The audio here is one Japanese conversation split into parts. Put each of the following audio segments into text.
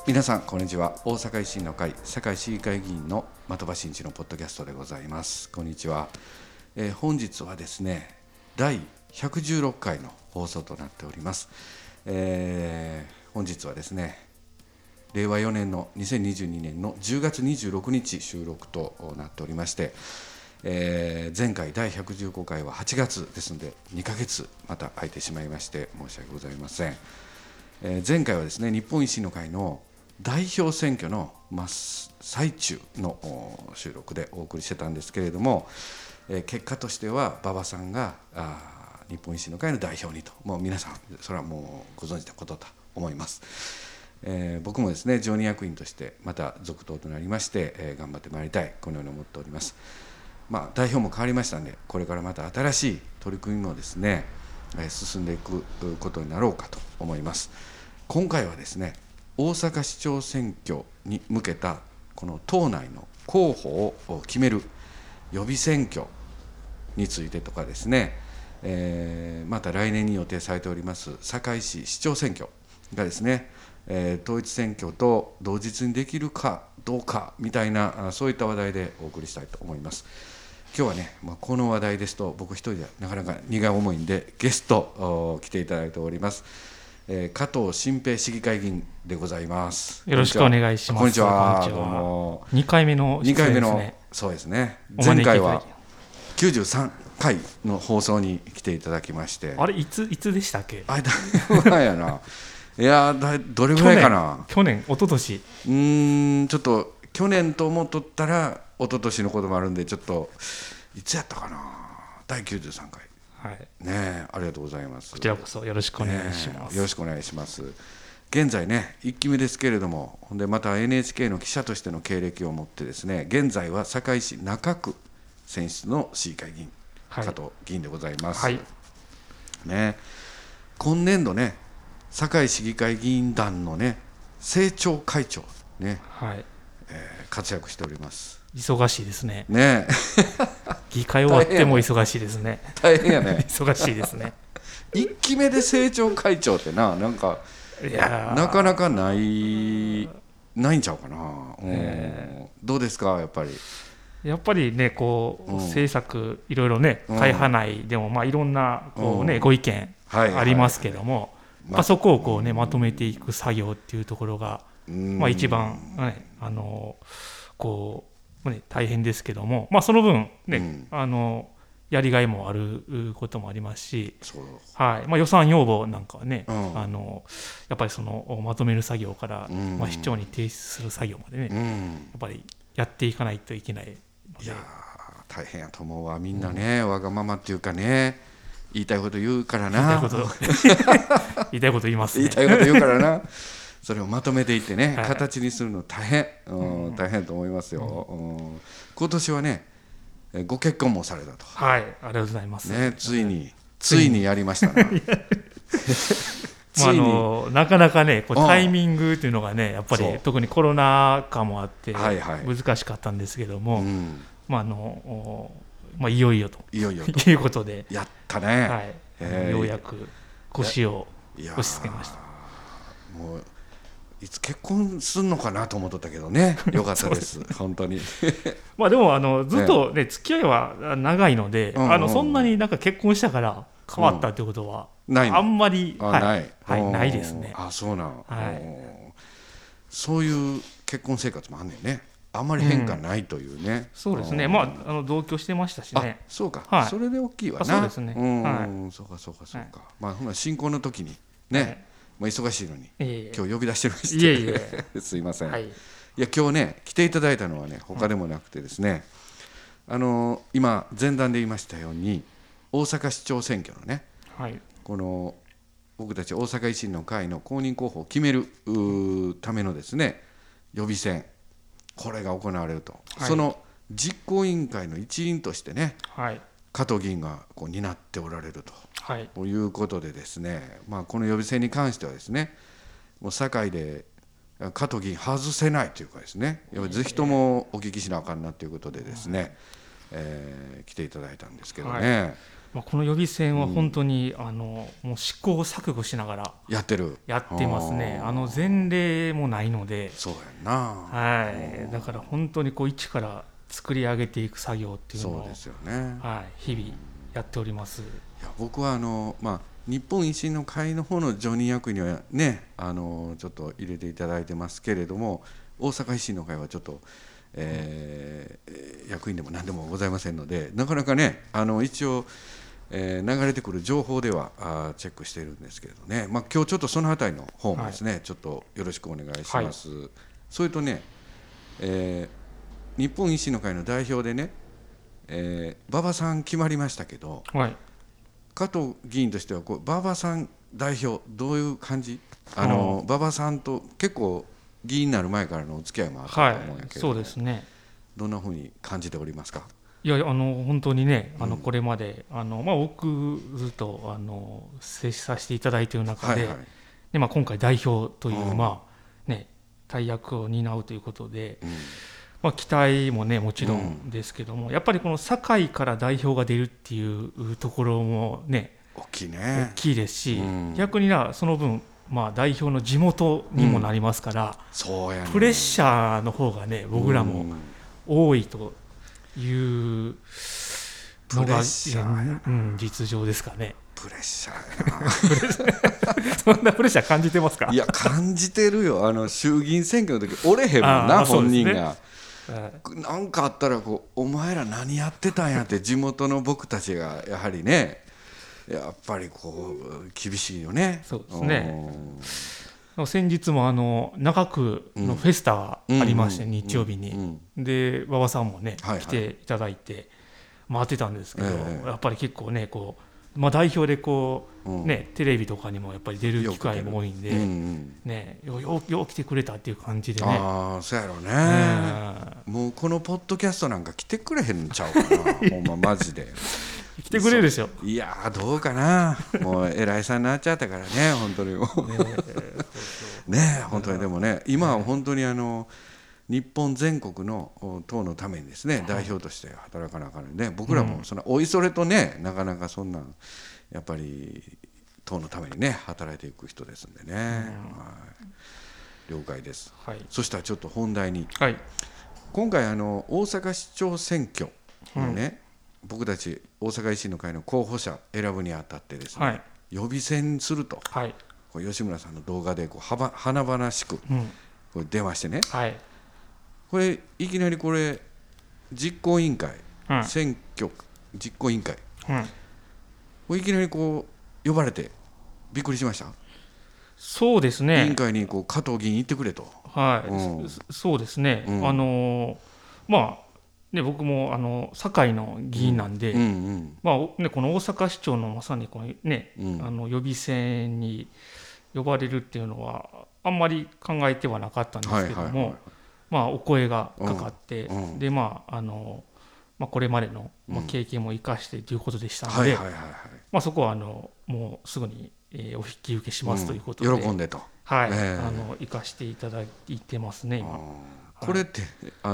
皆さんこんにちは。大阪維新の会堺市議会議員の的場真一のポッドキャストでございます。こんにちは。本日はですね第116回の放送となっております。本日はですね令和4年の2022年の10月26日収録となっておりまして、前回第115回は8月ですので2ヶ月また空いてしまいまして申し訳ございません。前回はですね日本維新の会の代表選挙の真っ最中の収録でお送りしてたんですけれども、結果としては馬場さんが日本維新の会の代表にと、もう皆さんそれはもうご存知のことと思います。僕もですね常任役員としてまた続投となりまして、頑張ってまいりたい、このように思っております。代表も変わりましたので、これからまた新しい取り組みもですね進んでいくことになろうかと思います。今回はですね大阪市長選挙に向けたこの党内の候補を決める予備選挙についてとかですね、また来年に予定されております堺市市長選挙がですね、統一選挙と同日にできるかどうかみたいなそういった話題でお送りしたいと思います。今日はね、この話題ですと僕一人ではなかなか荷が重いんでゲスト来ていただいております。加藤新平市議会議員でございます。 よろしくお願いします。 こんにちは。どうも。 2回目の出演ですね。 そうですね。前回は93回の放送に来ていただきまして。 あれいつでしたっけ？ だいぶ前やな。いやどれぐらいかな。 去年一昨年。 ちょっと去年と思っとったら一昨年のこともあるんで、ちょっといつやったかな。第93回。 はいね、ありがとうございます。 こちらこそよろしくお願いします。 よろしくお願いします。現在ね1期目ですけれども、ほんでまた NHK の記者としての経歴を持ってですね、現在は堺市中区選出の市議会議員、加藤議員でございます、 はいね、今年度ね堺市議会議員団のね政調会長ね、 はい活躍しております。 忙しいですね。議会終わっても忙しいですね。 大変やね。 忙しいですね。 1期目で政調会長ってなんかなかなかないんちゃうかな、どうですか。やっぱりねこう、政策いろいろね会派内でもいろんなこう、ねご意見ありますけども、そこをこう、ね、まとめていく作業っていうところが、一番、ねこうね、大変ですけども、その分、ねやりがいもあることもありますし、予算要望なんかはね、やっぱりそのまとめる作業から、市長に提出する作業までね、やっぱりやっていかないといけないので。 いや大変やと思うわ。みんなね、わがままっていうかね、言いたいこと言うからな。 言いたいこと言いますね。 言いたいこと言うからな。それをまとめていってね、形にするの大変、大変と思いますよ。今年はねご結婚もされたと。 はい、ありがとうございます、 ね、ついにやりましたな。 なかなかねこうタイミングというのがねやっぱり特にコロナ禍もあって難しかったんですけども、いよいよということでやったね、 ようやく腰を押し付けました。 もういつ結婚するのかなと思っとったけどね、よかったです本当に。 でもずっと、ね、付き合いは長いので、そんなになんか結婚したから変わったということは、あんまりないですね。 そうなん、そういう結婚生活もあんねんね。あんまり変化ないというね。 そうですね。同居してましたしね。 そうか、それで大きいわな。 そうですね。 そうか。ほな新婚の時にね、忙しいのに今日呼び出してましてすいません。いや今日ね来ていただいたのはね他でもなくてですね、今前段で言いましたように大阪市長選挙のね、この僕たち大阪維新の会の公認候補を決めるためのですね予備選、これが行われると、その実行委員会の一員としてね、加藤議員がこう担っておられるということでですね、この予備選に関してはですね、もう堺で加藤議員外せないというかですね、ぜひともお聞きしなあかんなということでですね、 来ていただいたんですけどね、はいこの予備選は本当に、もう試行錯誤しながらやってますね。前例もないので、 そうやな、 はい、だから本当にこう一から作り上げていく作業っていうのを、 そうですよね、 はい、日々やっております。いや僕は日本維新の会の方の常任役員にはねちょっと入れていただいてますけれども、大阪維新の会はちょっと、役員でも何でもございませんので、なかなかね一応流れてくる情報ではチェックしているんですけれどね、今日ちょっとそのあたりの方もですね、はい、ちょっとよろしくお願いします、はい、それとね、日本維新の会の代表でね、馬場さん決まりましたけど、はい、加藤議員としては馬場さん代表どういう感じ？馬場さんと結構議員になる前からのお付き合いもあったと思うんやけど、はい、そうですね、どんなふうに感じておりますか？ いや本当にねこれまで僕ずっと接させていただいている中で、はいはい、で今回代表という、大役を担うということで、期待もねもちろんですけども、やっぱりこの堺から代表が出るっていうところもね大きいですし、逆にその分代表の地元にもなりますから、 そうやね、 プレッシャーの方がね僕らも多いというのが、実情ですかね。 プレッシャーやなそんなプレッシャー感じてますか？ いや感じてるよ。衆議院選挙の時折れへんもんな、本人が、なんかあったらお前ら何やってたんやって地元の僕たちがやはりねやっぱり厳しいよね。 そうですね。先日も長区のフェスタがありまして、日曜日に、で馬場さんもね、来ていただいて回ってたんですけど、やっぱり結構ね代表でテレビとかにもやっぱり出る機会も多いんで、よう来てくれたっていう感じでね。 そうやろうね、もうこのポッドキャストなんか来てくれへんのちゃうかなほんまマジで来てくれるでしょ。 いやどうかな、もう偉いさんになっちゃったからね本当にね本当に。でもね今は本当に日本全国の党のためにですね、代表として働かなあかんので、僕らもそのおいそれとね、なかなかそんなやっぱり党のためにね働いていく人ですんでね、はい、了解です、はい、そしたらちょっと本題に、はい、今回大阪市長選挙のね、僕たち大阪維新の会の候補者選ぶにあたってですね、はい、予備選すると、はい、吉村さんの動画で華々しくこれ出ましてね、はい、これいきなり実行委員会、選挙実行委員会、これいきなり呼ばれてびっくりしました。 そうですね、 委員会に加藤議員行ってくれと、 はい、そうですね、僕も堺の議員なんで、この大阪市長のまさに予備選に呼ばれるっていうのはあんまり考えてはなかったんですけども、お声がかかって、でこれまでの経験も生かしてということでしたので、そこはもうすぐにお引き受けしますということで、 喜んでと、 生かしていただいてますね今。 これって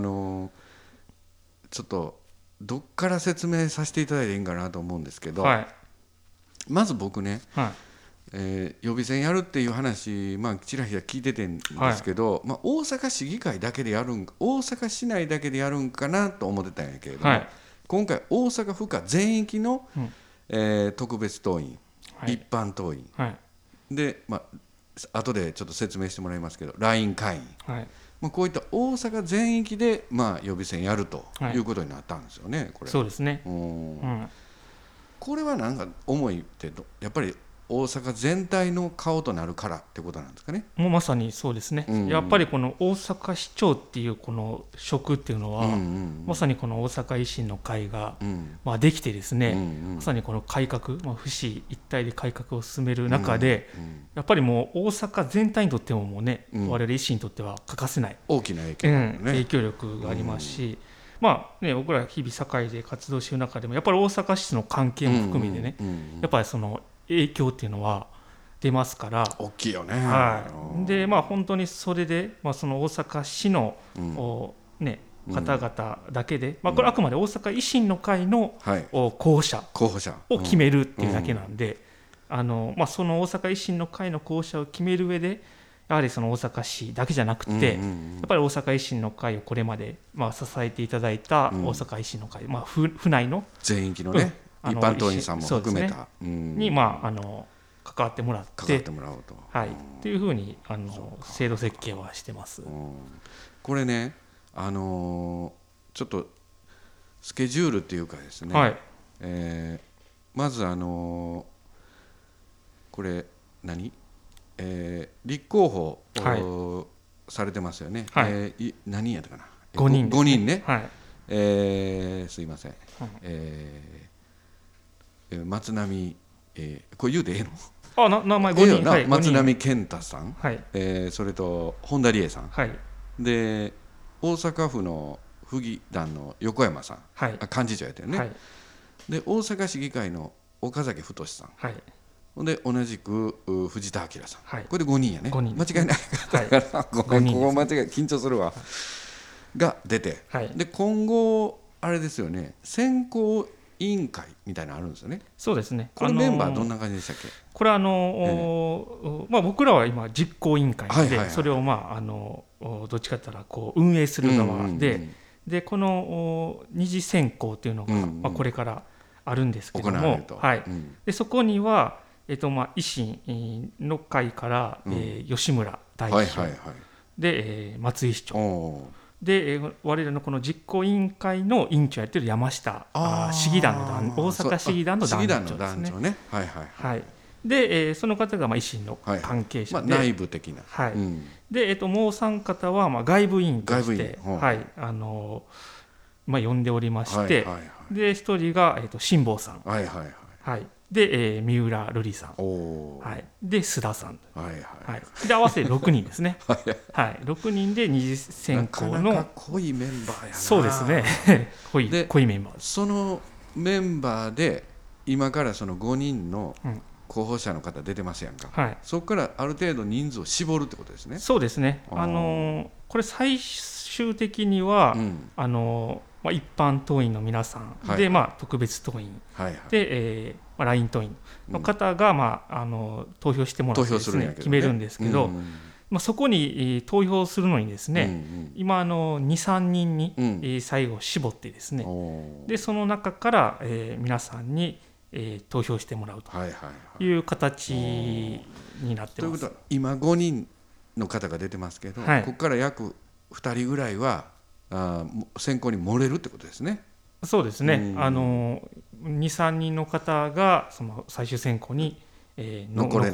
ちょっとどっから説明させていただいていいんかなと思うんですけど、まず僕ね、予備選やるっていう話、ちらひら聞いててんですけど、大阪市議会だけでやるんか、大阪市内だけでやるんかなと思ってたんやけれども、今回大阪府下全域の、特別党員、一般党員、で、後でちょっと説明してもらいますけど LINE 会員、こういった大阪全域で、予備選やるということになったんですよね、これ。 そうですね、 これはなんか思いってやっぱり大阪全体の顔となるからってことなんですかね。 もうまさにそうですね、やっぱりこの大阪市長っていうこの職っていうのは、まさにこの大阪維新の会が、できてですね、まさにこの改革、府市一体で改革を進める中で、やっぱりもう大阪全体にとってももうね、我々維新にとっては欠かせない大きな影響、 影響力がありますし、僕ら日々堺で活動している中でもやっぱり大阪市の関係も含めてね、やっぱりその影響っていうのは出ますから大きいよね。 で本当にそれで、その大阪市の、 方々だけで、これあくまで大阪維新の会の候補者を決めるっていうだけなんで、その大阪維新の会の候補者を決める上でやはりその大阪市だけじゃなくて、やっぱり大阪維新の会をこれまで支えていただいた大阪維新の会、府内の全域のね、一般党員さんも含めた、 に関わってもらってっていうふうに制度設計はしてます。 これね、ちょっとスケジュールっていうかですね、まずこれ立候補、されてますよね、何人やったかな、5人ね、すいません、松並、これ言うてええの？ 名前5人、 松並健太さん、それと本田理恵さん、で大阪府の府議団の横山さん、幹事長やったよね、で大阪市議会の岡崎太さん、で同じく藤田明さん、これで5人やね、間違いないから、ここ間違い緊張するわ、が出て、で今後あれですよね、選考委員会みたいなのあるんですよね。 そうですね。 これメンバーどんな感じでしたっけ？ これ僕らは今実行委員会で、それをどっちかというと運営する側で、この二次選考というのがこれからあるんですけども、でそこには維新の会から吉村代表で松井市長で、我々のこの実行委員会の委員長やってる山下市議団の大阪市議団の団長ですね。で、その方が維新の関係者で、 内部的な。 で、もう3方は外部委員として呼んでおりまして、で1人が辛坊さん、で、三浦瑠麗さん、で須田さん、で合わせて6人ですね。6人で二次選考のなかなか濃いメンバーやな。 そうですね。濃いメンバーです。 そのメンバーで今からその5人の候補者の方出てますやんか、そこからある程度人数を絞るってことですね。 そうですね。これ最終的には、一般党員の皆さんで、特別党員で、ライン党員の方が、投票してもらってですね、決めるんですけど、そこに投票するのにですね、今2、3人に最後絞ってですね、でその中から皆さんに投票してもらうという形になってます。ということは今5人の方が出てますけど、ここから約2人ぐらいは選考に漏れるってことですね。 そうですね。2、3人の方がその最終選考に残る。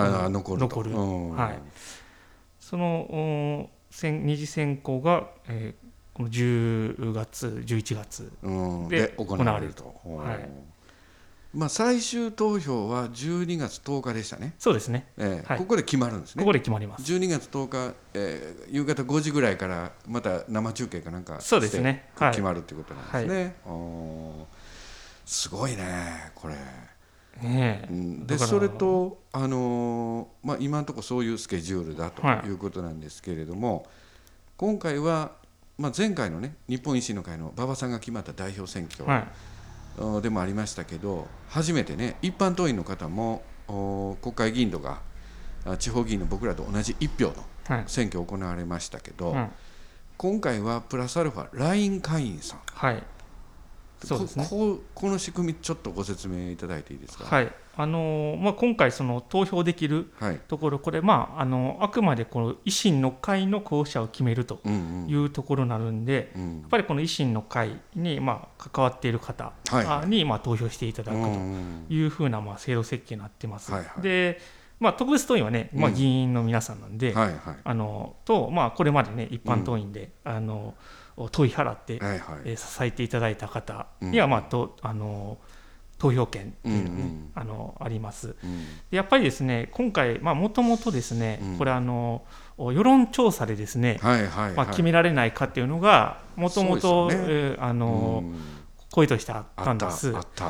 その二次選考がこの10月、11月で行われると。 最終投票は12月10日でしたね。 そうですね。 ここで決まるんですね。 ここで決まります。 12月10日、夕方5時ぐらいからまた生中継かなんかそうですね。 決まるっていうことなんですね。すごいねこれ。でそれと今のところそういうスケジュールだということなんですけれども、今回は前回のね日本維新の会の馬場さんが決まった代表選挙でもありましたけど、初めてね一般党員の方も国会議員とか地方議員の僕らと同じ1票の選挙行われましたけど、今回はプラスアルファライン会員さん、そうですね。この仕組みちょっとご説明いただいていいですか。 今回その投票できるところ、これあくまでこの維新の会の候補者を決めるというところになるんで、やっぱりこの維新の会に関わっている方に投票していただくというふうな制度設計になってます。で特別党員はね、議員の皆さんなんで、これまでね一般党員で党費払って支えていただいた方には投票権っていうのがあります。やっぱりですね、今回もともとですね、これ世論調査でですね決められないかっていうのがもともと声としてあったんです。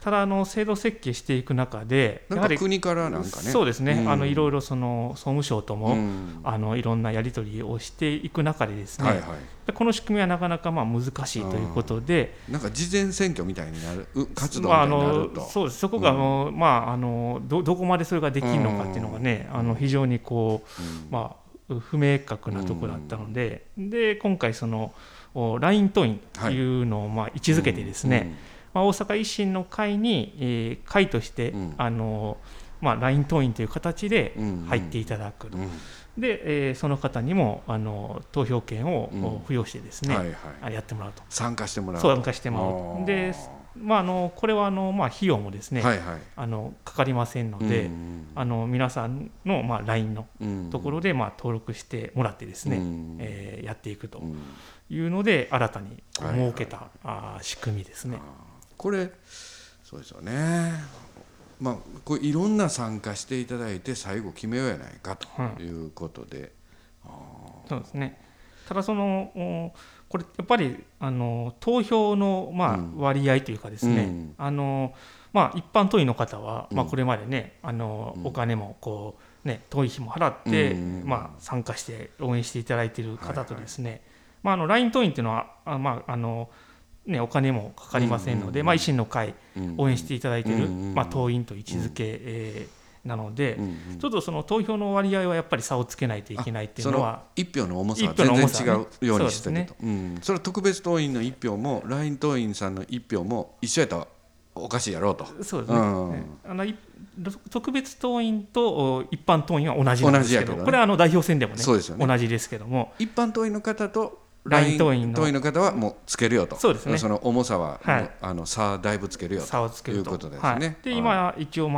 ただ制度設計していく中でなんか国からなんかねそうですね、いろいろその総務省とも、いろんなやり取りをしていく中でですね、この仕組みはなかなか難しいということで、 なんか事前選挙みたいになる活動みたいになると、 そうです、そこがどこまでそれができるのかっていうのがね、非常にこう、不明確なところだったので、で今回そのLINE党員というのを位置づけてですね、大阪維新の会に、会として、LINE党員という形で入っていただくと、でその方にも投票権を付与してですね、やってもらうと、 参加してもらう参加してもらうで、これは費用もですね、かかりませんので、皆さんのLINE のところで登録してもらってですね、やっていくというので新たに設けた仕組みですね。 これそうですよね。これいろんな参加していただいて最後決めようやないかということで、 そうですね。ただこれやっぱり投票の割合というかですね、一般党員の方はこれまでねお金もこうね党員費も払って参加して応援していただいている方とですね、LINE 党員っていうのはお金もかかりませんので、維新の会応援していただいている党員と位置づけなので、ちょっとその投票の割合はやっぱり差をつけないといけないっていうのは、 1票の重さは全然違うようにしてると、それは特別党員の1票も LINE 党員さんの1票も一緒やったらおかしいやろうと。 そうですね、特別党員と一般党員は同じなんですけど、これは代表選でもね同じですけども、 一般党員の方と LINE 党員の方はもうつけるよと。 そうですね。 その重さは、差だいぶつけるよということですね。 で今一応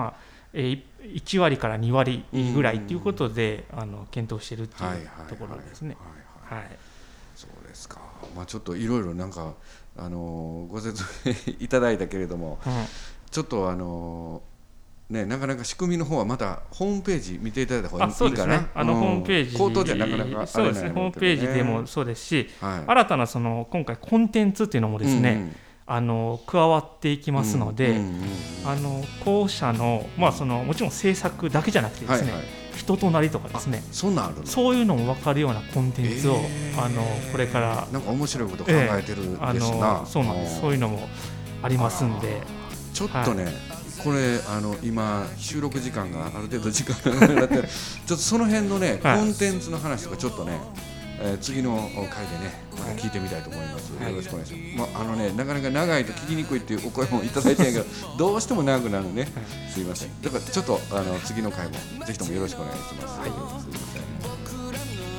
1割から2割ぐらいということで検討しているというところですね。 そうですか。ちょっといろいろなんかご説明いただいたけれども、ちょっとなかなか仕組みの方はまたホームページ見ていただいた方がいいかな。 ホームページ口頭じゃなかなかそうですね、ホームページでもそうですし、新たな今回コンテンツっていうのもですね、加わっていきますので、候補者のもちろん政策だけじゃなくてですね、人となりとかですね、そういうのも分かるようなコンテンツをこれからなんか面白いこと考えてるですな。 そうなんです。そういうのもありますんで、 ちょっとね、これ今収録時間がある程度時間がなってちょっとその辺のね、コンテンツの話とかちょっとね、次の回でねまた聞いてみたいと思います。よろしくお願いします。なかなか長いと聞きにくいっていうお声もいただいてるけどどうしても長くなるね、すいません。だからちょっと次の回もぜひともよろしくお願いします。すい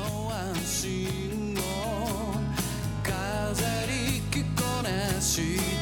ません。